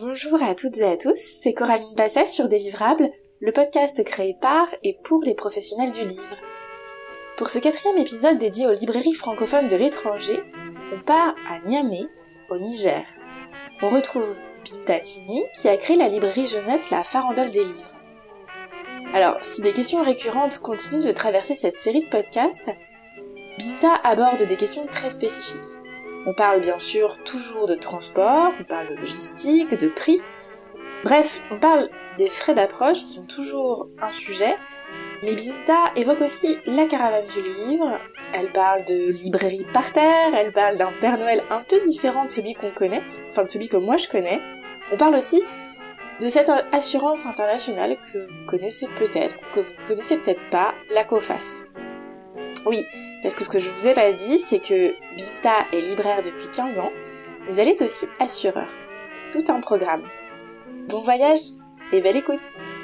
Bonjour à toutes et à tous, c'est Coraline Passet sur Délivrable, le podcast créé par et pour les professionnels du livre. Pour ce 4e épisode dédié aux librairies francophones de l'étranger, on part à Niamey, au Niger. On retrouve Binta Tini qui a créé la librairie jeunesse La Farandole des livres. Alors, si des questions récurrentes continuent de traverser cette série de podcasts, Binta aborde des questions très spécifiques. On parle bien sûr toujours de transport, on parle de logistique, de prix. Bref, on parle des frais d'approche qui sont toujours un sujet. Mais Binta évoque aussi la caravane du livre, elle parle de librairie par terre, elle parle d'un Père Noël un peu différent de celui qu'on connaît, enfin de celui que moi je connais. On parle aussi de cette assurance internationale que vous connaissez peut-être, ou que vous ne connaissez peut-être pas, la COFAS. Oui, parce que ce que je vous ai pas dit, c'est que Binta est libraire depuis 15 ans, mais elle est aussi assureur. Tout un programme. Bon voyage et belle écoute!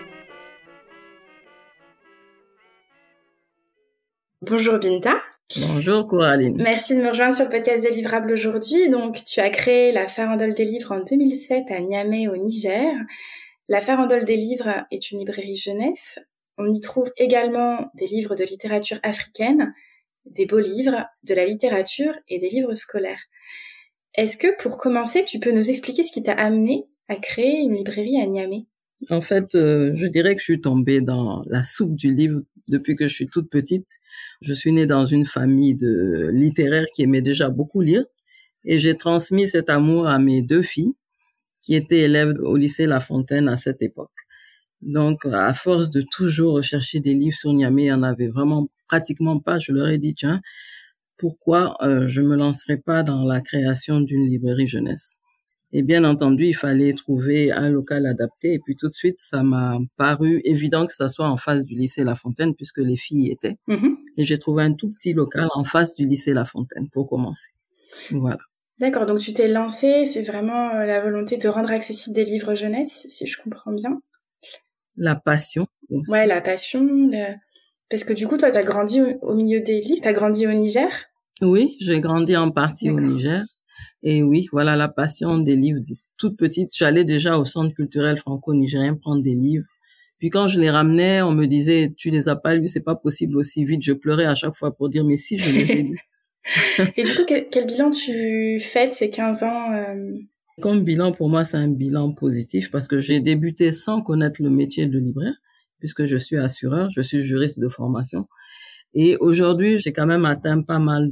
Bonjour Binta. Bonjour Coraline. Merci de me rejoindre sur le podcast Délivrable aujourd'hui. Donc, tu as créé la Farandole des livres en 2007 à Niamey au Niger. La Farandole des livres est une librairie jeunesse. On y trouve également des livres de littérature africaine, des beaux livres, de la littérature et des livres scolaires. Est-ce que pour commencer, tu peux nous expliquer ce qui t'a amené à créer une librairie à Niamey ? En fait, je dirais que je suis tombée dans la soupe du livre depuis que je suis toute petite. Je suis née dans une famille de littéraires qui aimait déjà beaucoup lire et j'ai transmis cet amour à mes 2 filles qui étaient élèves au lycée La Fontaine à cette époque. Donc, à force de toujours rechercher des livres sur Niamey, il y en avait vraiment pratiquement pas. Je leur ai dit, tiens, pourquoi je me lancerais pas dans la création d'une librairie jeunesse? Et bien entendu, il fallait trouver un local adapté. Et puis tout de suite, ça m'a paru évident que ça soit en face du lycée La Fontaine, puisque les filles y étaient. Et j'ai trouvé un tout petit local en face du lycée La Fontaine pour commencer. Voilà. D'accord, donc tu t'es lancée, c'est vraiment la volonté de rendre accessible des livres jeunesse, si je comprends bien. La passion aussi. Ouais, la passion. Parce que du coup, toi, t'as grandi au milieu des livres, t'as grandi au Niger ? Oui, j'ai grandi en partie au Niger. Et oui, voilà la passion des livres. Toute petite, j'allais déjà au centre culturel franco-nigérien prendre des livres. Puis quand je les ramenais, on me disait, tu les as pas lus, c'est pas possible aussi vite. Je pleurais à chaque fois pour dire, mais si, je les ai lus. Et du coup, quel bilan tu fais de ces 15 ans Comme bilan, pour moi, c'est un bilan positif parce que j'ai débuté sans connaître le métier de libraire, puisque je suis assureur, je suis juriste de formation. Et aujourd'hui, j'ai quand même atteint pas mal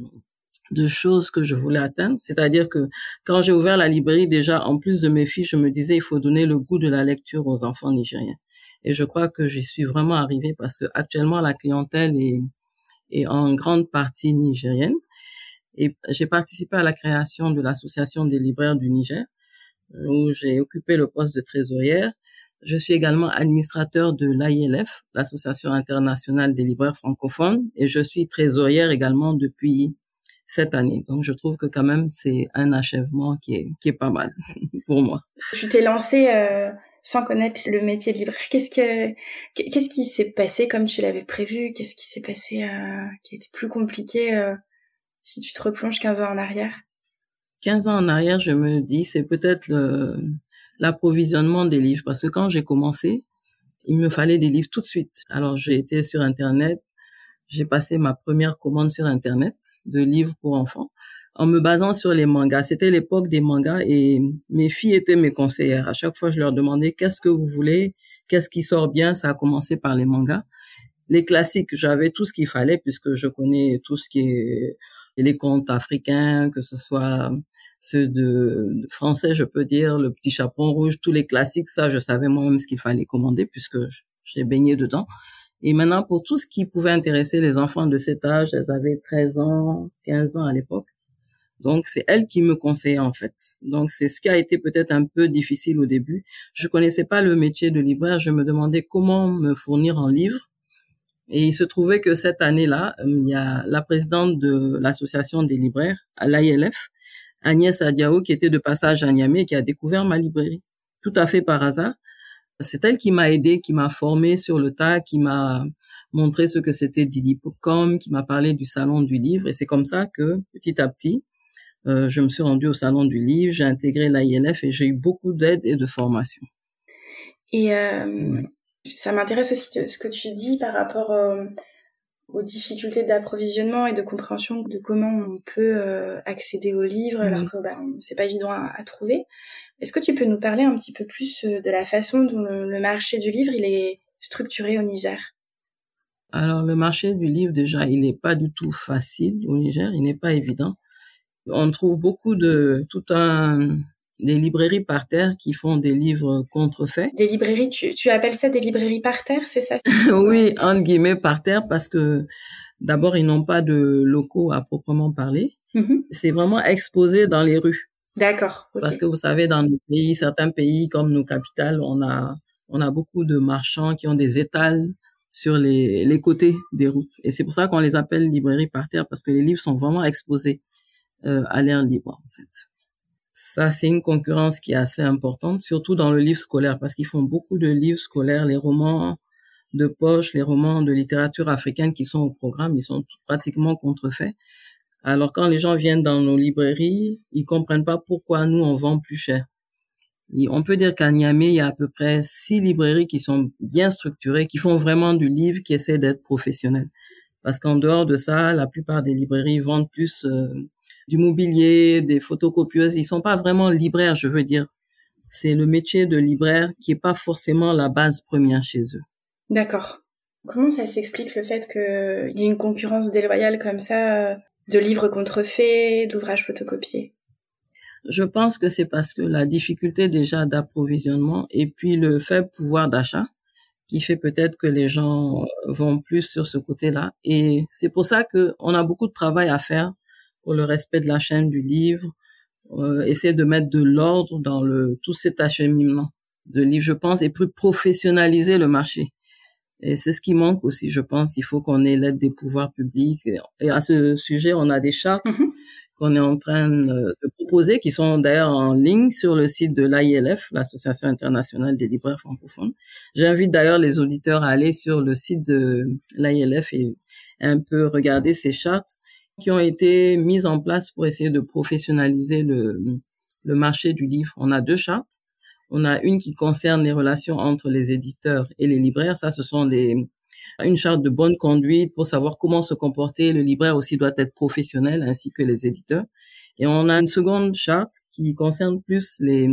de choses que je voulais atteindre. C'est-à-dire que quand j'ai ouvert la librairie, déjà, en plus de mes filles, je me disais, il faut donner le goût de la lecture aux enfants nigériens. Et je crois que j'y suis vraiment arrivée parce que actuellement, la clientèle est en grande partie nigérienne. Et j'ai participé à la création de l'association des libraires du Niger, où j'ai occupé le poste de trésorière. Je suis également administrateur de l'AILF, l'Association internationale des libraires francophones, et je suis trésorière également depuis cette année. Donc, je trouve que quand même, c'est un achèvement qui est pas mal pour moi. Tu t'es lancée sans connaître le métier de libraire. Qu'est-ce qui s'est passé comme tu l'avais prévu ? Qu'est-ce qui s'est passé qui a été plus compliqué si tu te replonges 15 ans en arrière ? 15 ans en arrière, je me dis, c'est peut-être l'approvisionnement des livres. Parce que quand j'ai commencé, il me fallait des livres tout de suite. Alors, j'ai été sur Internet. J'ai passé ma première commande sur Internet de livres pour enfants en me basant sur les mangas. C'était l'époque des mangas et mes filles étaient mes conseillères. À chaque fois, je leur demandais qu'est-ce que vous voulez, qu'est-ce qui sort bien. Ça a commencé par les mangas. Les classiques, j'avais tout ce qu'il fallait puisque je connais tout ce qui est les contes africains, que ce soit ceux de français, je peux dire, Le Petit Chaperon Rouge, tous les classiques, ça, je savais moi-même ce qu'il fallait commander puisque j'ai baigné dedans. Et maintenant, pour tout ce qui pouvait intéresser les enfants de cet âge, elles avaient 13 ans, 15 ans à l'époque. Donc, c'est elles qui me conseillaient, en fait. Donc, c'est ce qui a été peut-être un peu difficile au début. Je connaissais pas le métier de libraire. Je me demandais comment me fournir en livres. Et il se trouvait que cette année-là, il y a la présidente de l'association des libraires, à l'AILF, Agnès Adiaou, qui était de passage à Niamey, qui a découvert ma librairie. Tout à fait par hasard. C'est elle qui m'a aidé, qui m'a formé sur le tas, qui m'a montré ce que c'était Dilipocom, qui m'a parlé du salon du livre. Et c'est comme ça que, petit à petit, Je me suis rendue au salon du livre, j'ai intégré l'AILF et j'ai eu beaucoup d'aide et de formation. Et ça m'intéresse aussi ce que tu dis par rapport aux difficultés d'approvisionnement et de compréhension de comment on peut accéder aux livres alors que c'est pas évident à trouver. Est-ce que tu peux nous parler un petit peu plus de la façon dont le marché du livre il est structuré au Niger? Alors le marché du livre déjà, il n'est pas du tout facile au Niger, il n'est pas évident. On trouve beaucoup des librairies par terre qui font des livres contrefaits. Des librairies, tu appelles ça des librairies par terre, c'est ça? Oui, entre guillemets par terre, parce que d'abord, ils n'ont pas de locaux à proprement parler. C'est vraiment exposé dans les rues. D'accord. Okay. Parce que vous savez, dans nos pays, certains pays comme nos capitales, on a beaucoup de marchands qui ont des étals sur les côtés des routes. Et c'est pour ça qu'on les appelle librairies par terre, parce que les livres sont vraiment exposés à l'air libre, en fait. Ça, c'est une concurrence qui est assez importante, surtout dans le livre scolaire, parce qu'ils font beaucoup de livres scolaires, les romans de poche, les romans de littérature africaine qui sont au programme, ils sont pratiquement contrefaits. Alors, quand les gens viennent dans nos librairies, ils comprennent pas pourquoi nous, on vend plus cher. Et on peut dire qu'à Niamey, il y a à peu près 6 librairies qui sont bien structurées, qui font vraiment du livre, qui essaient d'être professionnelles. Parce qu'en dehors de ça, la plupart des librairies vendent plus du mobilier, des photocopieuses. Ils sont pas vraiment libraires, je veux dire. C'est le métier de libraire qui est pas forcément la base première chez eux. D'accord. Comment ça s'explique le fait qu'il y ait une concurrence déloyale comme ça de livres contrefaits, d'ouvrages photocopiés? Je pense que c'est parce que la difficulté déjà d'approvisionnement et puis le faible pouvoir d'achat qui fait peut-être que les gens vont plus sur ce côté-là. Et c'est pour ça que on a beaucoup de travail à faire pour le respect de la chaîne du livre, essayer de mettre de l'ordre dans tout cet acheminement de livres, je pense, et plus professionnaliser le marché. Et c'est ce qui manque aussi, je pense. Il faut qu'on ait l'aide des pouvoirs publics. Et à ce sujet, on a des chartes qu'on est en train de proposer, qui sont d'ailleurs en ligne sur le site de l'AILF, l'Association internationale des libraires francophones. J'invite d'ailleurs les auditeurs à aller sur le site de l'AILF et un peu regarder ces chartes qui ont été mises en place pour essayer de professionnaliser le marché du livre. On a 2 chartes. On a une qui concerne les relations entre les éditeurs et les libraires. Ça, ce sont une charte de bonne conduite pour savoir comment se comporter. Le libraire aussi doit être professionnel, ainsi que les éditeurs. Et on a une seconde charte qui concerne plus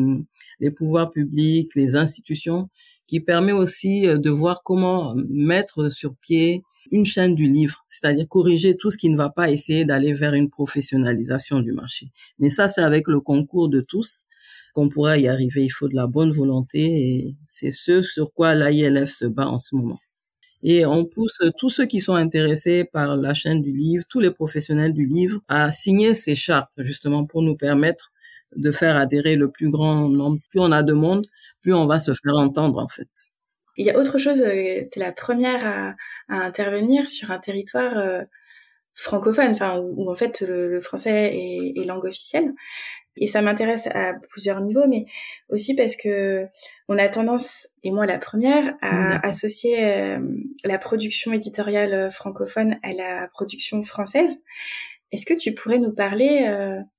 les pouvoirs publics, les institutions, qui permet aussi de voir comment mettre sur pied une chaîne du livre, c'est-à-dire corriger tout ce qui ne va pas, essayer d'aller vers une professionnalisation du marché. Mais ça, c'est avec le concours de tous qu'on pourra y arriver. Il faut de la bonne volonté et c'est ce sur quoi l'AILF se bat en ce moment. Et on pousse tous ceux qui sont intéressés par la chaîne du livre, tous les professionnels du livre, à signer ces chartes, justement, pour nous permettre de faire adhérer le plus grand nombre. Plus on a de monde, plus on va se faire entendre, en fait. Il y a autre chose, t'es la première à intervenir sur un territoire francophone, enfin où en fait le français est langue officielle. Et ça m'intéresse à plusieurs niveaux, mais aussi parce que on a tendance, et moi la première, à associer la production éditoriale francophone à la production française. Est-ce que tu pourrais nous parler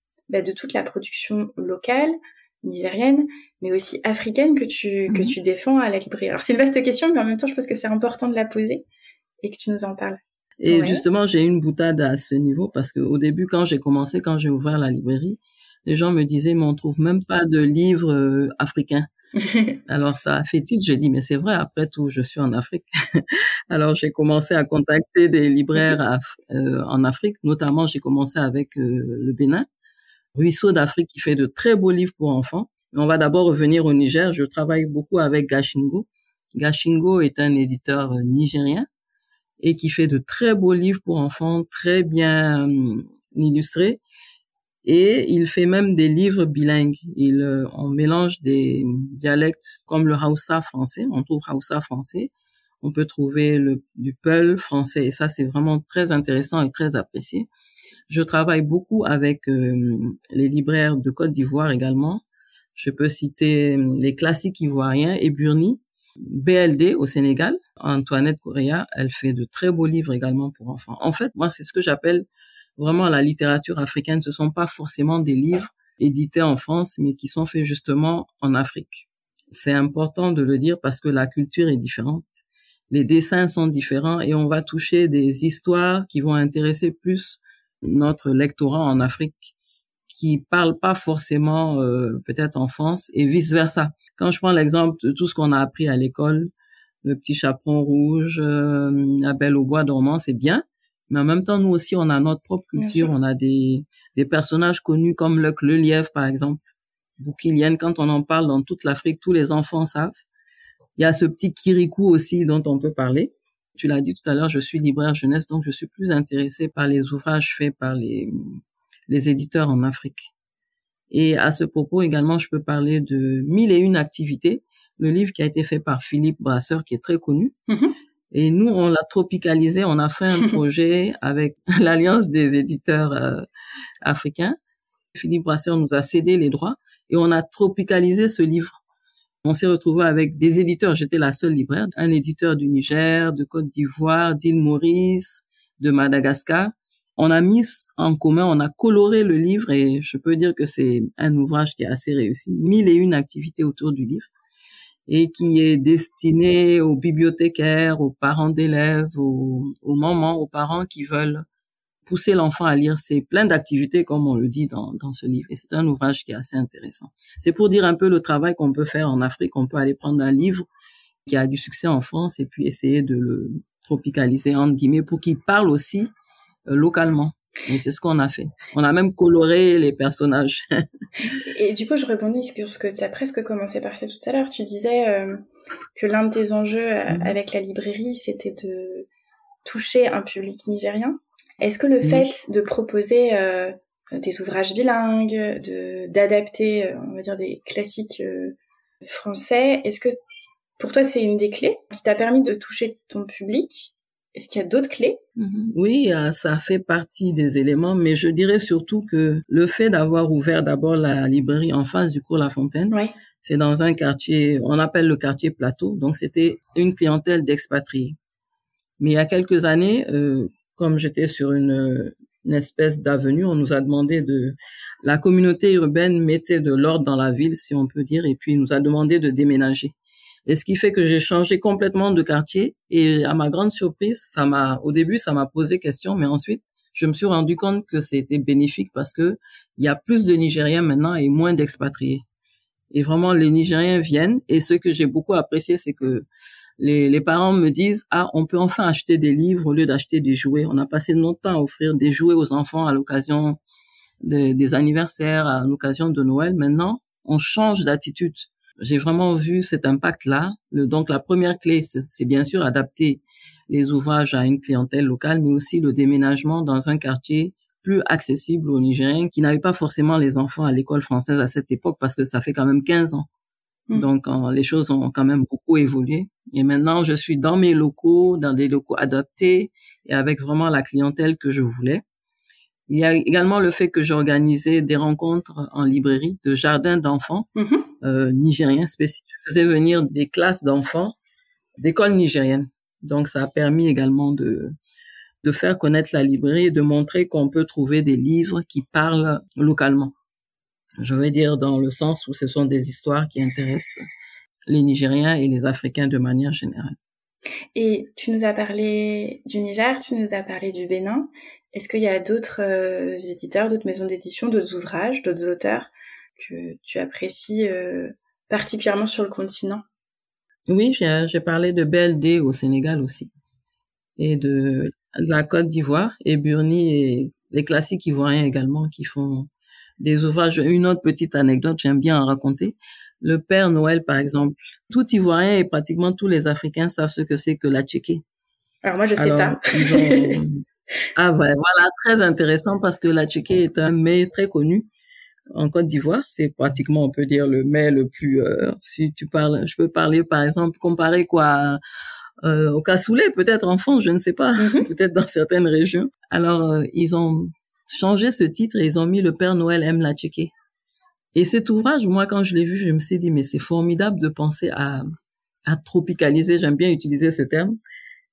de toute la production locale, nigérienne, mais aussi africaine que tu défends à la librairie? Alors c'est une vaste question, mais en même temps je pense que c'est important de la poser et que tu nous en parles. Et justement, j'ai une boutade à ce niveau parce que au début, quand j'ai ouvert la librairie, les gens me disaient, mais on trouve même pas de livres africains. Alors ça a fait tilt, j'ai dit, mais c'est vrai, après tout, je suis en Afrique. Alors j'ai commencé à contacter des libraires en Afrique, notamment j'ai commencé avec le Bénin, Ruisseau d'Afrique qui fait de très beaux livres pour enfants. Mais on va d'abord revenir au Niger, je travaille beaucoup avec Gashingo. Gashingo est un éditeur nigérien et qui fait de très beaux livres pour enfants, très bien illustrés. Et il fait même des livres bilingues. On mélange des dialectes comme le Hausa français. On trouve Hausa français. On peut trouver du Peul français. Et ça, c'est vraiment très intéressant et très apprécié. Je travaille beaucoup avec les libraires de Côte d'Ivoire également. Je peux citer les classiques ivoiriens et Burni. BLD au Sénégal, Antoinette Correa, elle fait de très beaux livres également pour enfants. En fait, moi, c'est ce que j'appelle vraiment la littérature africaine, ce sont pas forcément des livres édités en France, mais qui sont faits justement en Afrique. C'est important de le dire parce que la culture est différente. Les dessins sont différents et on va toucher des histoires qui vont intéresser plus notre lectorat en Afrique, qui parle pas forcément peut-être en France et vice versa. Quand je prends l'exemple de tout ce qu'on a appris à l'école, le petit chaperon rouge, la Belle au bois dormant, c'est bien, mais en même temps nous aussi on a notre propre culture, on a des personnages connus comme Luc le lièvre par exemple, Boukilienne, quand on en parle dans toute l'Afrique, tous les enfants savent. Il y a ce petit Kirikou aussi dont on peut parler. Tu l'as dit tout à l'heure, je suis libraire jeunesse, donc je suis plus intéressée par les ouvrages faits par les éditeurs en Afrique. Et à ce propos également, je peux parler de 1001 activités, le livre qui a été fait par Philippe Brasseur, qui est très connu. Mm-hmm. Et nous, on l'a tropicalisé, on a fait un projet avec l'Alliance des éditeurs africains. Philippe Brasseur nous a cédé les droits et on a tropicalisé ce livre. On s'est retrouvé avec des éditeurs, j'étais la seule libraire, un éditeur du Niger, de Côte d'Ivoire, d'Île Maurice, de Madagascar. On a mis en commun, on a coloré le livre et je peux dire que c'est un ouvrage qui est assez réussi. 1001 activités autour du livre et qui est destiné aux bibliothécaires, aux parents d'élèves, aux mamans, aux parents qui veulent pousser l'enfant à lire. C'est plein d'activités, comme on le dit dans ce livre. Et c'est un ouvrage qui est assez intéressant. C'est pour dire un peu le travail qu'on peut faire en Afrique. On peut aller prendre un livre qui a du succès en France et puis essayer de le tropicaliser, entre guillemets, pour qu'il parle aussi localement. Et c'est ce qu'on a fait. On a même coloré les personnages. Et du coup, je rebondis sur ce que tu as presque commencé par faire tout à l'heure. Tu disais que l'un de tes enjeux avec la librairie, c'était de toucher un public nigérien. Est-ce que le fait de proposer des ouvrages bilingues, d'adapter, on va dire, des classiques français, est-ce que pour toi c'est une des clés qui t'a permis de toucher ton public ? Est-ce qu'il y a d'autres clés ? Oui, ça fait partie des éléments, mais je dirais surtout que le fait d'avoir ouvert d'abord la librairie en face du cours La Fontaine, c'est dans un quartier, on appelle le quartier Plateau, donc c'était une clientèle d'expatriés. Mais il y a quelques années, comme j'étais sur une espèce d'avenue, on nous a demandé la communauté urbaine mettait de l'ordre dans la ville, si on peut dire, et puis nous a demandé de déménager. Et ce qui fait que j'ai changé complètement de quartier et à ma grande surprise, au début, ça m'a posé question, mais ensuite, je me suis rendu compte que c'était bénéfique parce que il y a plus de Nigériens maintenant et moins d'expatriés. Et vraiment, les Nigériens viennent et ce que j'ai beaucoup apprécié, c'est que les parents me disent, on peut enfin acheter des livres au lieu d'acheter des jouets. On a passé notre temps à offrir des jouets aux enfants à l'occasion des anniversaires, à l'occasion de Noël. Maintenant, on change d'attitude. J'ai vraiment vu cet impact-là. Donc, la première clé, c'est bien sûr adapter les ouvrages à une clientèle locale, mais aussi le déménagement dans un quartier plus accessible aux Nigériens qui n'avaient pas forcément les enfants à l'école française à cette époque parce que ça fait quand même 15 ans. Donc, les choses ont quand même beaucoup évolué. Et maintenant, je suis dans mes locaux, dans des locaux adaptés et avec vraiment la clientèle que je voulais. Il y a également le fait que j'ai organisé des rencontres en librairie de jardins d'enfants nigériens spécifiques. Je faisais venir des classes d'enfants d'écoles nigériennes. Donc, ça a permis également de faire connaître la librairie et de montrer qu'on peut trouver des livres qui parlent localement. Je veux dire dans le sens où ce sont des histoires qui intéressent les Nigériens et les Africains de manière générale. Et tu nous as parlé du Niger, tu nous as parlé du Bénin. Est-ce qu'il y a d'autres éditeurs, d'autres maisons d'édition, d'autres ouvrages, d'autres auteurs que tu apprécies particulièrement sur le continent ? Oui, j'ai parlé de BLD au Sénégal aussi et de la Côte d'Ivoire et Burni et les classiques ivoiriens également qui font des ouvrages. Une autre petite anecdote, j'aime bien en raconter. Le Père Noël, par exemple. Tout Ivoirien et pratiquement tous les Africains savent ce que c'est que la tchéké. Alors moi, je sais pas. Voilà, très intéressant parce que la tchéké est un mets très connu en Côte d'Ivoire. C'est pratiquement, on peut dire, le mets le plus, si tu parles, je peux parler, par exemple, comparer au cassoulet, peut-être en France, je ne sais pas, peut-être dans certaines régions. Alors, ils ont changé ce titre et ils ont mis Le Père Noël aime la tchéké. Et cet ouvrage, moi, quand je l'ai vu, je me suis dit, mais c'est formidable de penser à tropicaliser, j'aime bien utiliser ce terme,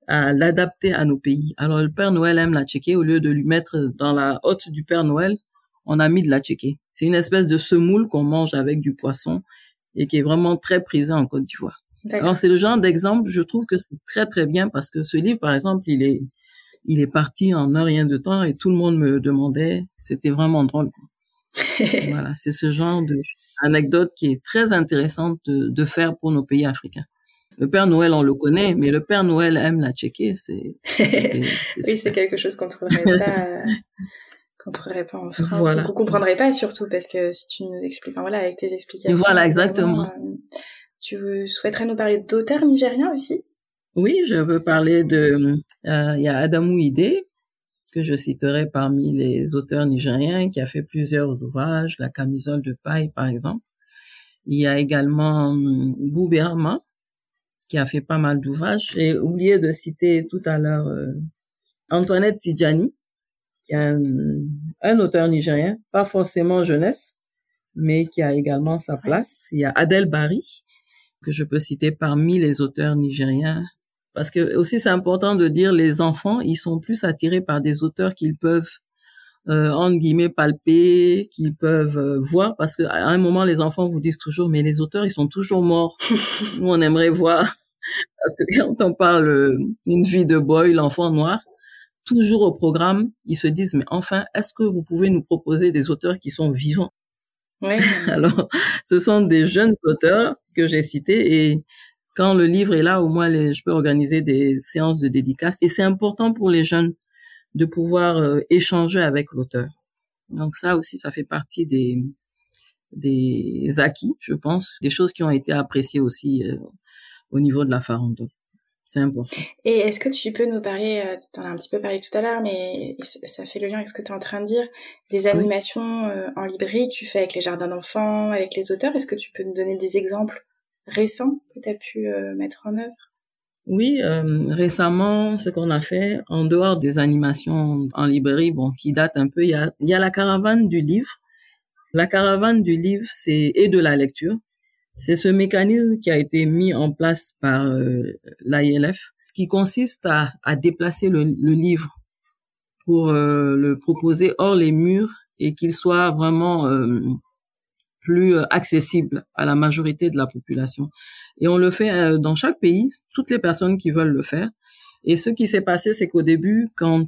à l'adapter à nos pays. Alors, le Père Noël aime la tchéké. Au lieu de lui mettre dans la hotte du Père Noël, on a mis de la tchéké. C'est une espèce de semoule qu'on mange avec du poisson et qui est vraiment très prisé en Côte d'Ivoire. D'accord. Alors, c'est le genre d'exemple, je trouve que c'est très, très bien parce que ce livre, par exemple, il est parti en un rien de temps et tout le monde me le demandait. C'était vraiment drôle. Voilà, c'est ce genre d'anecdote qui est très intéressante de faire pour nos pays africains. Le Père Noël, on le connaît, mais le Père Noël aime la tchéké, c'est oui, c'est quelque chose qu'on trouverait pas en France, voilà. ou qu'on comprendrait pas surtout, parce que si tu nous expliques, enfin voilà, avec tes explications. Voilà, exactement. Tu souhaiterais nous parler d'auteurs nigériens aussi? Oui, je veux parler il y a Adamu Ide, que je citerai parmi les auteurs nigériens, qui a fait plusieurs ouvrages, La camisole de paille, par exemple. Il y a également Bouberma, qui a fait pas mal d'ouvrages. J'ai oublié de citer tout à l'heure Antoinette Tidjani, qui est un auteur nigérien, pas forcément jeunesse, mais qui a également sa place. Il y a Adel Bari, que je peux citer parmi les auteurs nigériens. Parce que aussi c'est important de dire, les enfants, ils sont plus attirés par des auteurs qu'ils peuvent entre guillemets palper, qu'ils peuvent voir, parce que à un moment les enfants vous disent toujours mais les auteurs ils sont toujours morts. Nous on aimerait voir, parce que quand on parle Une vie de boy, l'enfant noir, toujours au programme ils se disent mais enfin est-ce que vous pouvez nous proposer des auteurs qui sont vivants? Oui. Alors ce sont des jeunes auteurs que j'ai cités, et quand le livre est là, au moins je peux organiser des séances de dédicaces, et c'est important pour les jeunes de pouvoir échanger avec l'auteur. Donc ça aussi, ça fait partie des acquis, je pense, des choses qui ont été appréciées aussi au niveau de la farandole. C'est important. Et est-ce que tu peux nous parler, t'en as un petit peu parlé tout à l'heure, mais ça fait le lien avec ce que tu es en train de dire, des animations en librairie que tu fais avec les jardins d'enfants, avec les auteurs. Est-ce que tu peux nous donner des exemples récents que tu as pu mettre en œuvre? Oui, récemment, ce qu'on a fait, en dehors des animations en librairie, qui datent un peu, il y a la caravane du livre. La caravane du livre, et de la lecture. C'est ce mécanisme qui a été mis en place par l'AILF, qui consiste à déplacer le livre pour le proposer hors les murs et qu'il soit vraiment plus accessible à la majorité de la population. Et on le fait dans chaque pays, toutes les personnes qui veulent le faire. Et ce qui s'est passé, c'est qu'au début, quand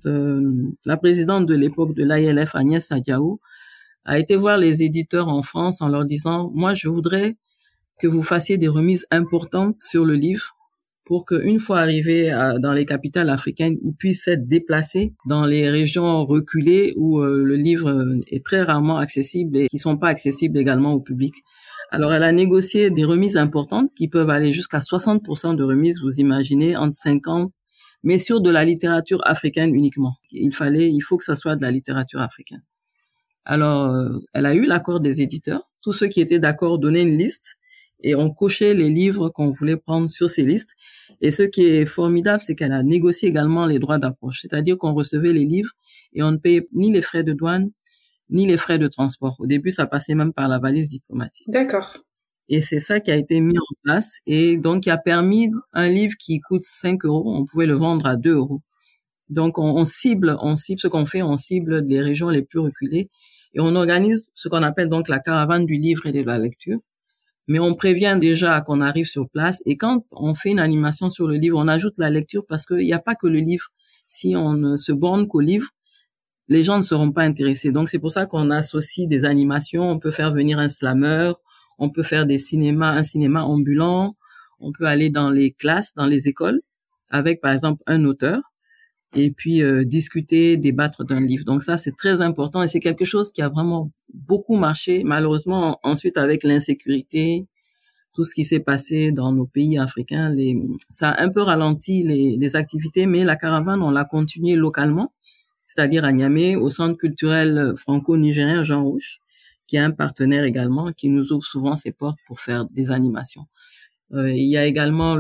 la présidente de l'époque de l'AILF, Agnès Sadiaou, a été voir les éditeurs en France en leur disant « Moi, je voudrais que vous fassiez des remises importantes sur le livre pour qu'une fois arrivé dans les capitales africaines, il puisse être déplacé dans les régions reculées où le livre est très rarement accessible et qui sont pas accessibles également au public. » Alors, elle a négocié des remises importantes qui peuvent aller jusqu'à 60% de remises, vous imaginez, entre 50, mais sur de la littérature africaine uniquement. Il faut que ça soit de la littérature africaine. Alors, elle a eu l'accord des éditeurs. Tous ceux qui étaient d'accord donnaient une liste et on cochait les livres qu'on voulait prendre sur ces listes. Et ce qui est formidable, c'est qu'elle a négocié également les droits d'approche. C'est-à-dire qu'on recevait les livres et on ne payait ni les frais de douane, ni les frais de transport. Au début, ça passait même par la valise diplomatique. D'accord. Et c'est ça qui a été mis en place. Et donc, qui a permis un livre qui coûte 5 €, on pouvait le vendre à 2 €. Donc, on cible ce qu'on fait, on cible les régions les plus reculées. Et on organise ce qu'on appelle donc la caravane du livre et de la lecture. Mais on prévient déjà qu'on arrive sur place. Et quand on fait une animation sur le livre, on ajoute la lecture parce qu'il n'y a pas que le livre. Si on ne se borne qu'au livre, les gens ne seront pas intéressés. Donc, c'est pour ça qu'on associe des animations. On peut faire venir un slammer, on peut faire un cinéma ambulant, on peut aller dans les classes, dans les écoles, avec, par exemple, un auteur, et puis discuter, débattre d'un livre. Donc ça, c'est très important et c'est quelque chose qui a vraiment beaucoup marché. Malheureusement, ensuite, avec l'insécurité, tout ce qui s'est passé dans nos pays africains, ça a un peu ralenti les activités, mais la caravane, on l'a continué localement, c'est-à-dire à Niamey, au Centre culturel franco-nigérien Jean Rouch, qui est un partenaire également, qui nous ouvre souvent ses portes pour faire des animations. Il y a également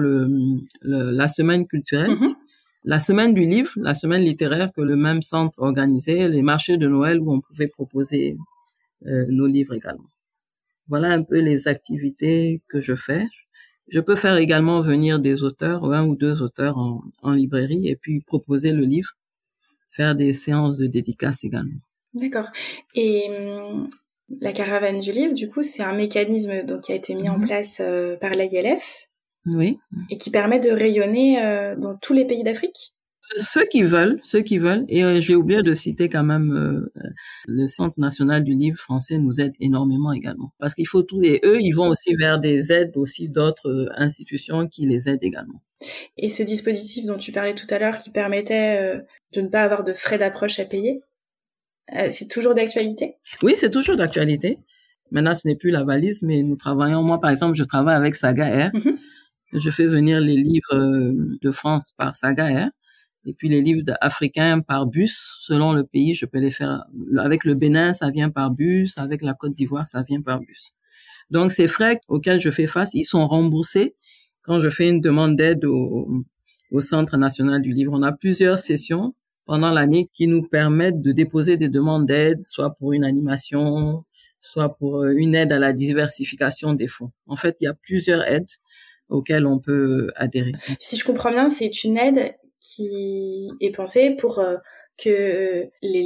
la semaine culturelle, la semaine du livre, la semaine littéraire que le même centre organisait, les marchés de Noël où on pouvait proposer nos livres également. Voilà un peu les activités que je fais. Je peux faire également venir des auteurs, un ou deux auteurs en librairie, et puis proposer le livre, faire des séances de dédicace également. D'accord. Et la caravane du livre, du coup, c'est un mécanisme donc, qui a été mis en place par l'AILF. Oui. Et qui permet de rayonner dans tous les pays d'Afrique. Ceux qui veulent. Et j'ai oublié de citer quand même le Centre national du livre français nous aide énormément également. Parce qu'il faut tout, et eux, ils vont aussi vers des aides aussi d'autres institutions qui les aident également. Et ce dispositif dont tu parlais tout à l'heure qui permettait de ne pas avoir de frais d'approche à payer, c'est toujours d'actualité? Oui, c'est toujours d'actualité. Maintenant, ce n'est plus la valise, mais nous travaillons, moi par exemple, je travaille avec Saga Air. Je fais venir les livres de France par Saga Air. Et puis les livres africains par bus, selon le pays, je peux les faire. Avec le Bénin, ça vient par bus. Avec la Côte d'Ivoire, ça vient par bus. Donc ces frais auxquels je fais face, ils sont remboursés quand je fais une demande d'aide au Centre national du livre. On a plusieurs sessions pendant l'année qui nous permettent de déposer des demandes d'aide, soit pour une animation, soit pour une aide à la diversification des fonds. En fait, il y a plusieurs aides auxquelles on peut adhérer. Si je comprends bien, c'est une aide qui est pensée pour que les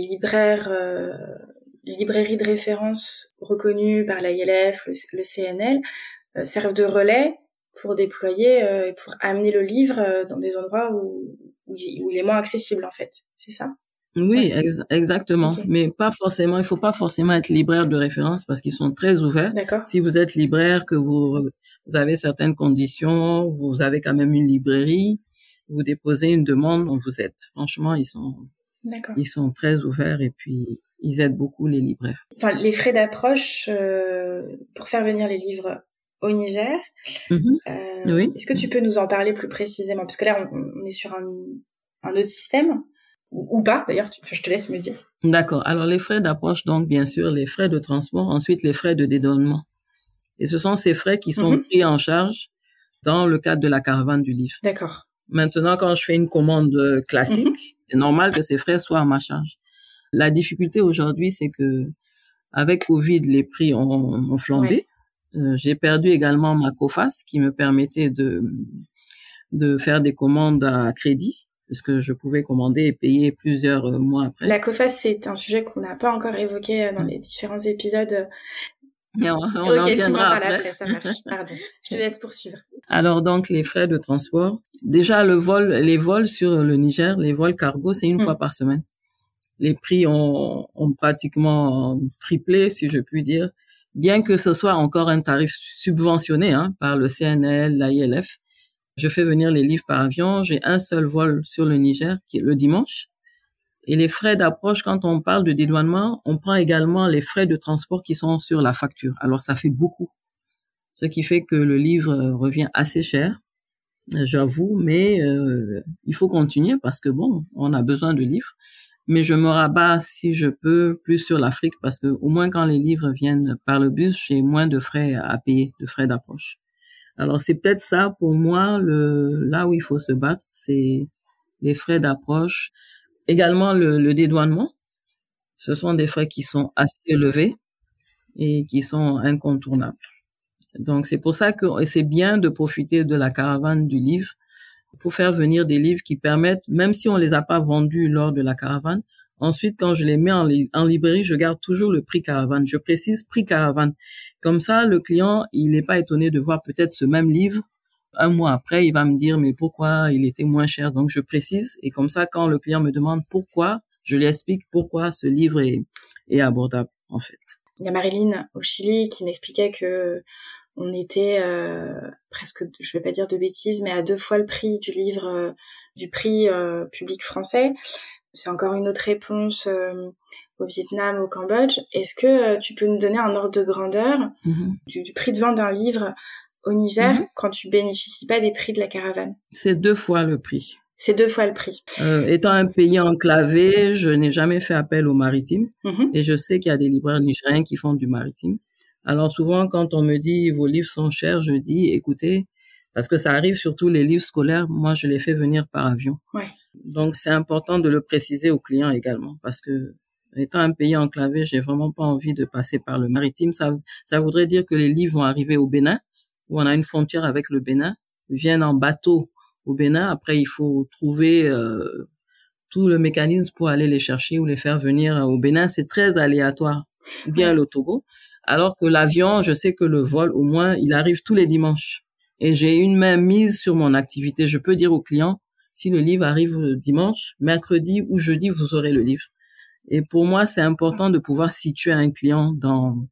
librairies de référence reconnues par l'AILF, le CNL, servent de relais pour déployer et pour amener le livre dans des endroits où il est moins accessible, en fait. C'est ça? Oui, exactement. Okay. Mais pas forcément, il faut pas forcément être libraire de référence parce qu'ils sont très ouverts. D'accord. Si vous êtes libraire, que vous avez certaines conditions, vous avez quand même une librairie, vous déposez une demande, on vous aide. Franchement, ils sont très ouverts et puis ils aident beaucoup les libraires. Enfin, les frais d'approche pour faire venir les livres au Niger. Oui. Est-ce que tu peux nous en parler plus précisément? Parce que là, on est sur un autre système. Ou pas, d'ailleurs, je te laisse me dire. D'accord. Alors, les frais d'approche, donc, bien sûr, les frais de transport, ensuite les frais de dédouanement. Et ce sont ces frais qui sont pris en charge dans le cadre de la caravane du livre. D'accord. Maintenant, quand je fais une commande classique, c'est normal que ces frais soient à ma charge. La difficulté aujourd'hui, c'est que avec Covid, les prix ont flambé. Ouais. J'ai perdu également ma COFAS qui me permettait de faire des commandes à crédit, parce que je pouvais commander et payer plusieurs mois après. La COFAS, c'est un sujet qu'on n'a pas encore évoqué dans les différents épisodes. On en viendra après. Ça marche. Pardon, je te laisse poursuivre. Alors donc les frais de transport. Déjà les vols sur le Niger, les vols cargo, c'est une fois par semaine. Les prix ont pratiquement triplé, si je puis dire, bien que ce soit encore un tarif subventionné par le CNL, l'AILF. Je fais venir les livres par avion. J'ai un seul vol sur le Niger, qui est le dimanche. Et les frais d'approche, quand on parle de dédouanement, on prend également les frais de transport qui sont sur la facture. Alors, ça fait beaucoup. Ce qui fait que le livre revient assez cher, j'avoue, mais il faut continuer parce que bon, on a besoin de livres. Mais je me rabats, si je peux, plus sur l'Afrique parce que au moins quand les livres viennent par le bus, j'ai moins de frais à payer, de frais d'approche. Alors, c'est peut-être ça, pour moi, là où il faut se battre, c'est les frais d'approche. Également, le dédouanement. Ce sont des frais qui sont assez élevés et qui sont incontournables. Donc, c'est pour ça que c'est bien de profiter de la caravane du livre pour faire venir des livres qui permettent, même si on les a pas vendus lors de la caravane, ensuite, quand je les mets en librairie, je garde toujours le prix caravane. Je précise prix caravane. Comme ça, le client, il n'est pas étonné de voir peut-être ce même livre. Un mois après, il va me dire, mais pourquoi il était moins cher? Donc, je précise. Et comme ça, quand le client me demande pourquoi, je lui explique pourquoi ce livre est abordable, en fait. Il y a Marilyn au Chili qui m'expliquait que on était presque, je vais pas dire de bêtises, mais à 2 fois le prix du livre, du prix public français. C'est encore une autre réponse au Vietnam, au Cambodge. Est-ce que tu peux nous donner un ordre de grandeur du prix de vente d'un livre au Niger quand tu bénéficies pas des prix de la caravane? C'est 2 fois le prix. C'est 2 fois le prix. Étant un pays enclavé, je n'ai jamais fait appel au maritime et je sais qu'il y a des libraires nigériens qui font du maritime. Alors souvent, quand on me dit « vos livres sont chers », je dis « écoutez », parce que ça arrive surtout les livres scolaires, moi je les fais venir par avion. Ouais. Donc c'est important de le préciser aux clients également, parce que étant un pays enclavé, j'ai vraiment pas envie de passer par le maritime. Ça voudrait dire que les livres vont arriver au Bénin, où on a une frontière avec le Bénin, viennent en bateau au Bénin. Après, il faut trouver tout le mécanisme pour aller les chercher ou les faire venir au Bénin. C'est très aléatoire, ou bien le Togo. Alors que l'avion, je sais que le vol, au moins, il arrive tous les dimanches. Et j'ai une main mise sur mon activité. Je peux dire aux clients, si le livre arrive dimanche, mercredi ou jeudi, vous aurez le livre. Et pour moi, c'est important de pouvoir situer un client dans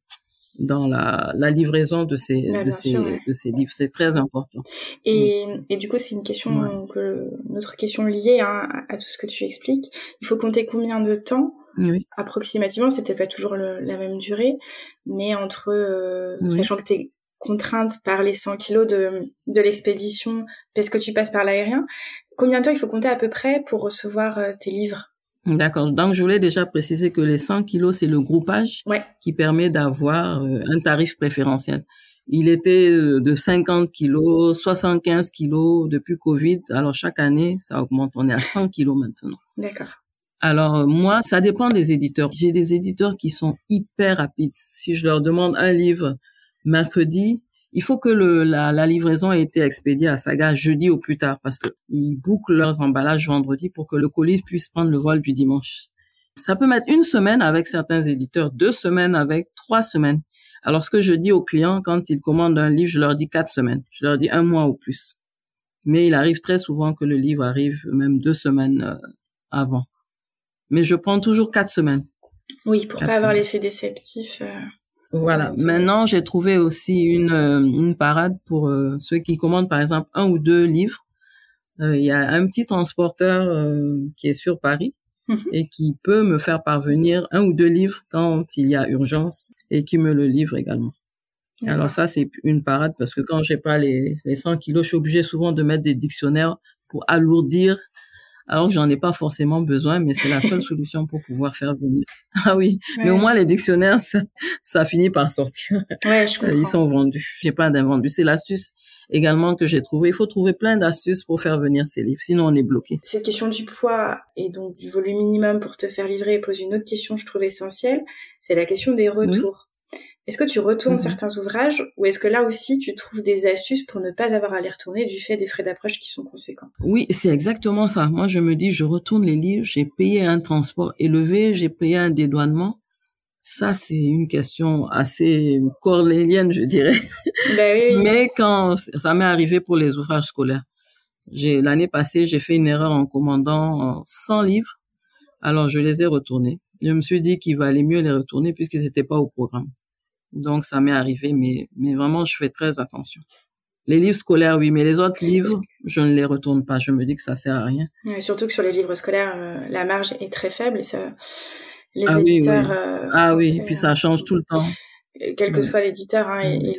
la livraison de ces livres. C'est très important. Et du coup, c'est une question notre question liée à tout ce que tu expliques. Il faut compter combien de temps? Oui. Approximativement, c'était pas toujours la même durée, mais entre, sachant que t'es contrainte par les 100 kilos de l'expédition, parce que tu passes par l'aérien, combien de temps il faut compter à peu près pour recevoir tes livres? D'accord. Donc, je voulais déjà préciser que les 100 kilos, c'est le groupage qui permet d'avoir un tarif préférentiel. Il était de 50 kilos, 75 kilos depuis Covid. Alors, chaque année, ça augmente. On est à 100 kilos maintenant. D'accord. Alors, moi, ça dépend des éditeurs. J'ai des éditeurs qui sont hyper rapides. Si je leur demande un livre mercredi, il faut que la livraison ait été expédiée à Saga jeudi au plus tard parce que ils bouclent leurs emballages vendredi pour que le colis puisse prendre le vol du dimanche. Ça peut mettre 1 semaine avec certains éditeurs, 2 semaines avec 3 semaines. Alors, ce que je dis aux clients quand ils commandent un livre, je leur dis 4 semaines. Je leur dis 1 mois ou plus. Mais il arrive très souvent que le livre arrive même 2 semaines avant. Mais je prends toujours 4 semaines. Oui, pour pas avoir l'effet déceptif. Voilà. Maintenant, j'ai trouvé aussi une parade pour ceux qui commandent, par exemple, 1 ou 2 livres. Il y a un petit transporteur qui est sur Paris et qui peut me faire parvenir 1 ou 2 livres quand il y a urgence et qui me le livre également. D'accord. Alors ça, c'est une parade parce que quand j'ai pas les 100 kilos, je suis obligée souvent de mettre des dictionnaires pour alourdir. Alors que j'en ai pas forcément besoin, mais c'est la seule solution pour pouvoir faire venir. Ah oui, mais au moins les dictionnaires, ça finit par sortir. Ouais, je comprends. Ils sont vendus. J'ai pas d'invendu. C'est l'astuce également que j'ai trouvée. Il faut trouver plein d'astuces pour faire venir ces livres, sinon on est bloqué. Cette question du poids et donc du volume minimum pour te faire livrer pose une autre question que je trouve essentielle, c'est la question des retours. Oui. Est-ce que tu retournes certains ouvrages ou est-ce que là aussi tu trouves des astuces pour ne pas avoir à les retourner du fait des frais d'approche qui sont conséquents? Oui, c'est exactement ça. Moi, je me dis, je retourne les livres, j'ai payé un transport élevé, j'ai payé un dédouanement. Ça, c'est une question assez cornélienne, je dirais. Ben oui. Mais quand ça m'est arrivé pour les ouvrages scolaires, l'année passée, j'ai fait une erreur en commandant 100 livres. Alors, je les ai retournés. Je me suis dit qu'il valait mieux les retourner puisqu'ils n'étaient pas au programme. Donc, ça m'est arrivé, mais vraiment, je fais très attention. Les livres scolaires, oui, mais les autres livres, je ne les retourne pas. Je me dis que ça sert à rien. Ouais, surtout que sur les livres scolaires, la marge est très faible et ça, les éditeurs... oui, et puis ça change tout le temps. Quel que soit l'éditeur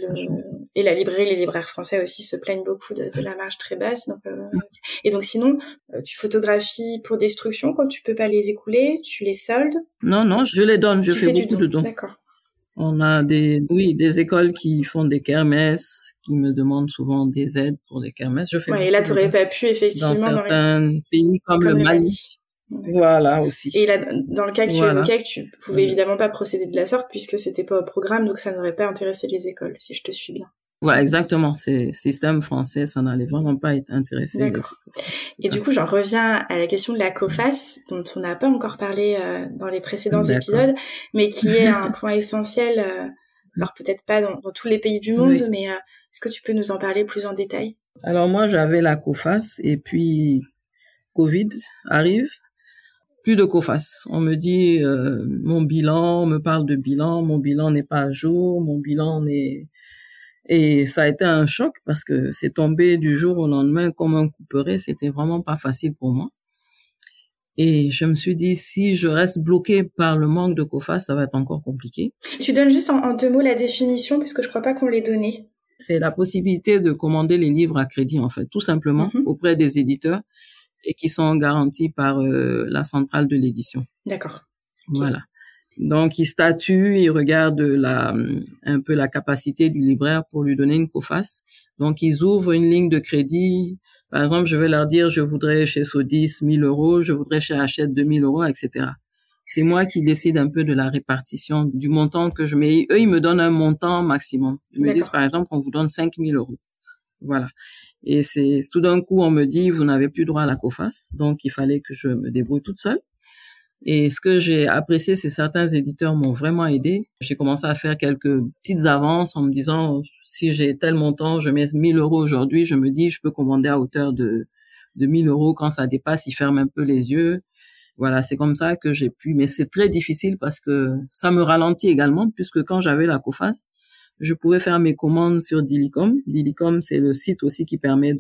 et la librairie, les libraires français aussi se plaignent beaucoup de la marge très basse. Donc, et donc sinon, tu photographies pour destruction quand tu peux pas les écouler, tu les soldes? Non, je les donne, je fais beaucoup de dons. D'accord. On a des écoles qui font des kermesses, qui me demandent souvent des aides pour des kermesses. Je fais et là, tu n'aurais pas pu, effectivement. Dans certains pays comme le Mali. Voilà, aussi. Et là, dans le cas que tu évoquais, que tu pouvais évidemment pas procéder de la sorte puisque c'était pas au programme, donc ça n'aurait pas intéressé les écoles, si je te suis bien. Voilà, exactement. C'est système français, ça n'allait vraiment pas être intéressé. D'accord. Et du coup, j'en reviens à la question de la COFAS, dont on n'a pas encore parlé dans les précédents épisodes, mais qui est un point essentiel, alors peut-être pas dans tous les pays du monde, mais est-ce que tu peux nous en parler plus en détail? Alors moi, j'avais la COFAS et puis Covid arrive. Plus de COFAS. On me dit mon bilan, on me parle de bilan, mon bilan n'est pas à jour, mon bilan n'est... Et ça a été un choc parce que c'est tombé du jour au lendemain comme un couperet, c'était vraiment pas facile pour moi. Et je me suis dit, si je reste bloquée par le manque de COFAS, ça va être encore compliqué. Tu donnes juste en 2 mots la définition parce que je crois pas qu'on l'ait donnée. C'est la possibilité de commander les livres à crédit, en fait, tout simplement, auprès des éditeurs et qui sont garantis par la centrale de l'édition. D'accord. Voilà. Donc, ils statuent, ils regardent un peu la capacité du libraire pour lui donner une COFAS. Donc, ils ouvrent une ligne de crédit. Par exemple, je vais leur dire, je voudrais chez Sodis 1 000 €, je voudrais chez Hachette 2 000 €, etc. C'est moi qui décide un peu de la répartition du montant que je mets. Eux, ils me donnent un montant maximum. Ils me disent, par exemple, on vous donne 5 000 euros. Voilà. Et c'est tout d'un coup, on me dit, vous n'avez plus droit à la COFAS. Donc, il fallait que je me débrouille toute seule. Et ce que j'ai apprécié, c'est certains éditeurs m'ont vraiment aidé. J'ai commencé à faire quelques petites avances en me disant, si j'ai tel montant, je mets 1 000 euros aujourd'hui, je me dis, je peux commander à hauteur de 1 000 euros. Quand ça dépasse, ils ferment un peu les yeux. Voilà, c'est comme ça que j'ai pu. Mais c'est très difficile parce que ça me ralentit également, puisque quand j'avais la COFAS, je pouvais faire mes commandes sur Dilicom. Dilicom, c'est le site aussi qui permet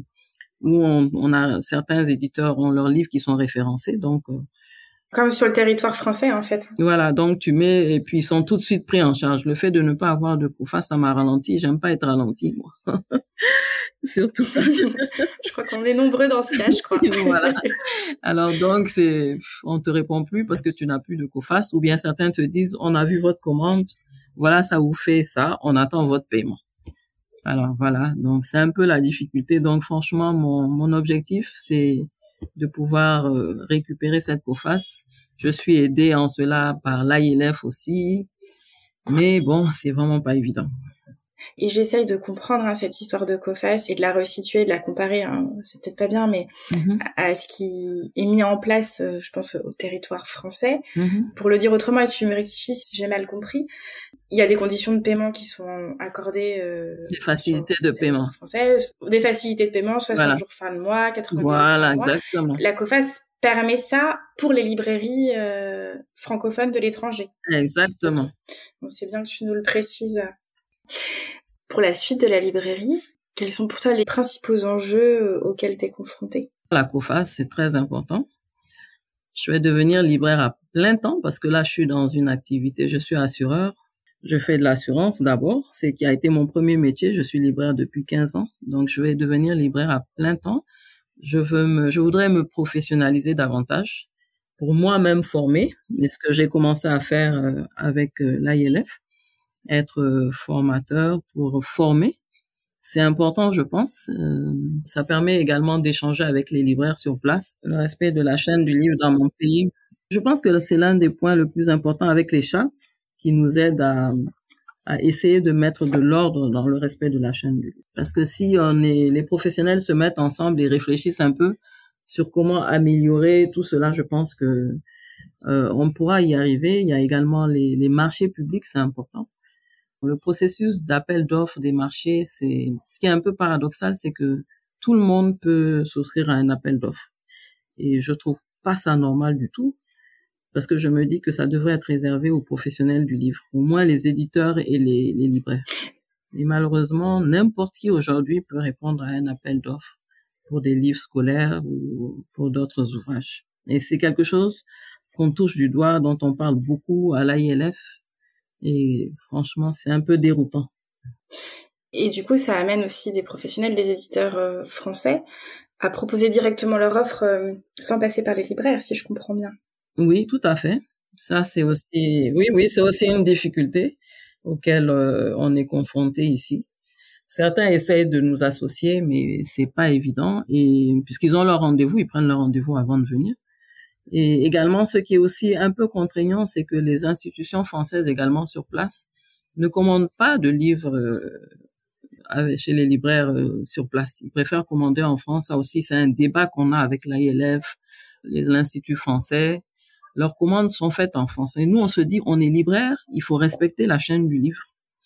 où on a certains éditeurs ont leurs livres qui sont référencés. Donc, comme sur le territoire français, en fait. Voilà, donc tu mets, et puis ils sont tout de suite pris en charge. Le fait de ne pas avoir de COFAS, ça m'a ralenti. J'aime pas être ralenti, moi. Surtout. Je crois qu'on est nombreux dans ce cas, je crois. Voilà. Alors donc, on te répond plus parce que tu n'as plus de COFAS, ou bien certains te disent, on a vu votre commande, voilà, ça vous fait ça, on attend votre paiement. Alors voilà, donc c'est un peu la difficulté. Donc franchement, mon objectif, c'est de pouvoir récupérer cette COFAS. Je suis aidée en cela par l'AILF aussi, mais bon, c'est vraiment pas évident. Et j'essaye de comprendre cette histoire de COFAS et de la resituer, de la comparer, c'est peut-être pas bien, mais à ce qui est mis en place, je pense, au territoire français. Pour le dire autrement, et tu me rectifies si j'ai mal compris, il y a des conditions de paiement qui sont accordées. Des facilités de paiement. Français, des facilités de paiement, 60 jours fin de mois, 90 jours fin de mois. Exactement. La COFAS permet ça pour les librairies francophones de l'étranger. Exactement. Bon, c'est bien que tu nous le précises. Pour la suite de la librairie, quels sont pour toi les principaux enjeux auxquels tu es confrontée ? La COFAS, c'est très important. Je vais devenir libraire à plein temps parce que là, je suis dans une activité, je suis assureur. Je fais de l'assurance d'abord, c'est qui a été mon premier métier. Je suis libraire depuis 15 ans, donc je vais devenir libraire à plein temps. Je voudrais me professionnaliser davantage pour moi-même former. Et ce que j'ai commencé à faire avec l'AILF, être formateur pour former. C'est important, je pense. Ça permet également d'échanger avec les libraires sur place. Le respect de la chaîne du livre dans mon pays. Je pense que c'est l'un des points le plus importants avec les chartes qui nous aident à essayer de mettre de l'ordre dans le respect de la chaîne du livre. Parce que si les professionnels se mettent ensemble et réfléchissent un peu sur comment améliorer tout cela, je pense que on pourra y arriver. Il y a également les marchés publics, c'est important. Le processus d'appel d'offres des marchés, ce qui est un peu paradoxal, c'est que tout le monde peut souscrire à un appel d'offres. Et je trouve pas ça normal du tout, parce que je me dis que ça devrait être réservé aux professionnels du livre, au moins les éditeurs et les libraires. Et malheureusement, n'importe qui aujourd'hui peut répondre à un appel d'offres pour des livres scolaires ou pour d'autres ouvrages. Et c'est quelque chose qu'on touche du doigt, dont on parle beaucoup à l'AILF. Et franchement, c'est un peu déroutant. Et du coup, ça amène aussi des professionnels, des éditeurs français à proposer directement leur offre sans passer par les libraires, si je comprends bien. Oui, tout à fait. Ça, c'est aussi, oui, c'est aussi une difficulté auquel on est confronté ici. Certains essayent de nous associer, mais c'est pas évident. Et puisqu'ils ont leur rendez-vous, ils prennent leur rendez-vous avant de venir. Et également, ce qui est aussi un peu contraignant, c'est que les institutions françaises également sur place ne commandent pas de livres chez les libraires sur place. Ils préfèrent commander en France. Ça aussi, c'est un débat qu'on a avec l'AILF, l'Institut français. Leurs commandes sont faites en France. Et nous, on se dit, on est libraire, il faut respecter la chaîne du livre.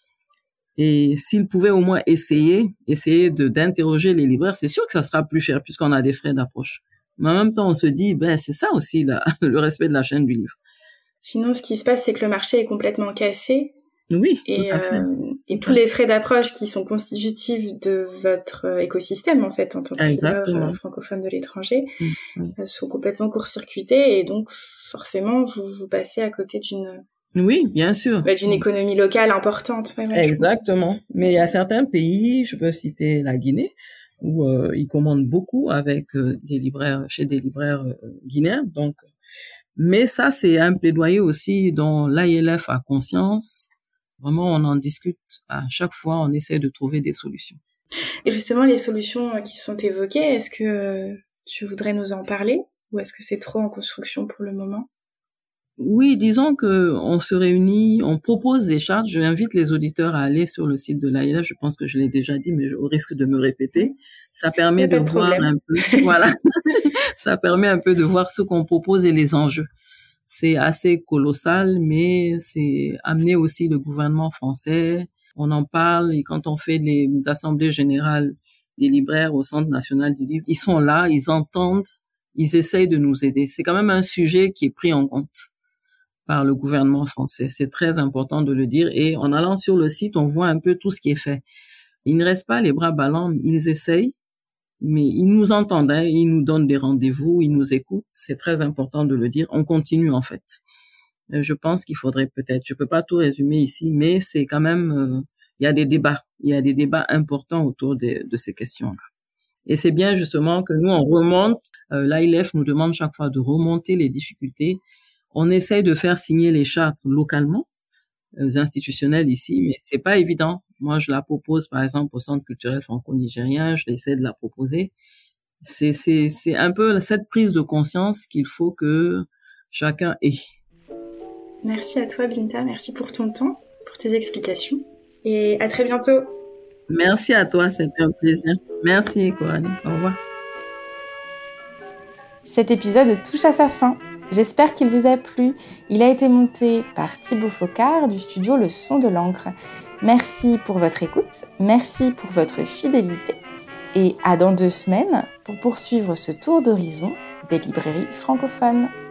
Et s'ils pouvaient au moins essayer d'interroger les libraires, c'est sûr que ça sera plus cher puisqu'on a des frais d'approche. Mais en même temps, on se dit, c'est ça aussi, le respect de la chaîne du livre. Sinon, ce qui se passe, c'est que le marché est complètement cassé. Oui, et, tout à fait. Et tous les frais d'approche qui sont constitutifs de votre écosystème, en fait, en tant que libraire francophone de l'étranger, sont complètement court-circuités. Et donc, forcément, vous passez à côté d'une... Oui, bien sûr. D'une économie locale importante. Exactement. Mais il y a certains pays, je peux citer la Guinée, où ils commandent beaucoup avec des libraires, chez des libraires guinéens. Donc, mais ça, c'est un plaidoyer aussi dont l'AILF a conscience. Vraiment, on en discute à chaque fois, on essaie de trouver des solutions. Et justement, les solutions qui sont évoquées, est-ce que tu voudrais nous en parler ou est-ce que c'est trop en construction pour le moment ? Oui, disons que on se réunit, on propose des chartes. Je invite les auditeurs à aller sur le site de l'AILF. Je pense que je l'ai déjà dit, mais au risque de me répéter, ça Il n'y permet a de pas de voir problème. un peu, voilà, ça permet un peu de voir ce qu'on propose et les enjeux. C'est assez colossal, mais c'est amener aussi le gouvernement français. On en parle et quand on fait les assemblées générales des libraires au Centre national du livre, ils sont là, ils entendent, ils essayent de nous aider. C'est quand même un sujet qui est pris en compte par le gouvernement français. C'est très important de le dire. Et en allant sur le site, on voit un peu tout ce qui est fait. Ils ne restent pas les bras ballants, ils essayent, mais ils nous entendent, hein, ils nous donnent des rendez-vous, ils nous écoutent. C'est très important de le dire. On continue, en fait. Je pense qu'il faudrait peut-être, je peux pas tout résumer ici, mais c'est quand même, il y a des débats importants autour de ces questions-là. Et c'est bien justement que nous, on remonte, l'AILF nous demande chaque fois de remonter les difficultés. On essaye de faire signer les chartes localement, institutionnelles ici, mais c'est pas évident. Moi, je la propose, par exemple, au Centre culturel franco-nigérien, je essaie de la proposer. C'est un peu cette prise de conscience qu'il faut que chacun ait. Merci à toi, Binta. Merci pour ton temps, pour tes explications. Et à très bientôt. Merci à toi, c'était un plaisir. Merci, Coralie. Au revoir. Cet épisode touche à sa fin. J'espère qu'il vous a plu. Il a été monté par Thibaut Focard du studio Le Son de l'Ancre. Merci pour votre écoute, merci pour votre fidélité et à dans 2 semaines pour poursuivre ce tour d'horizon des librairies francophones.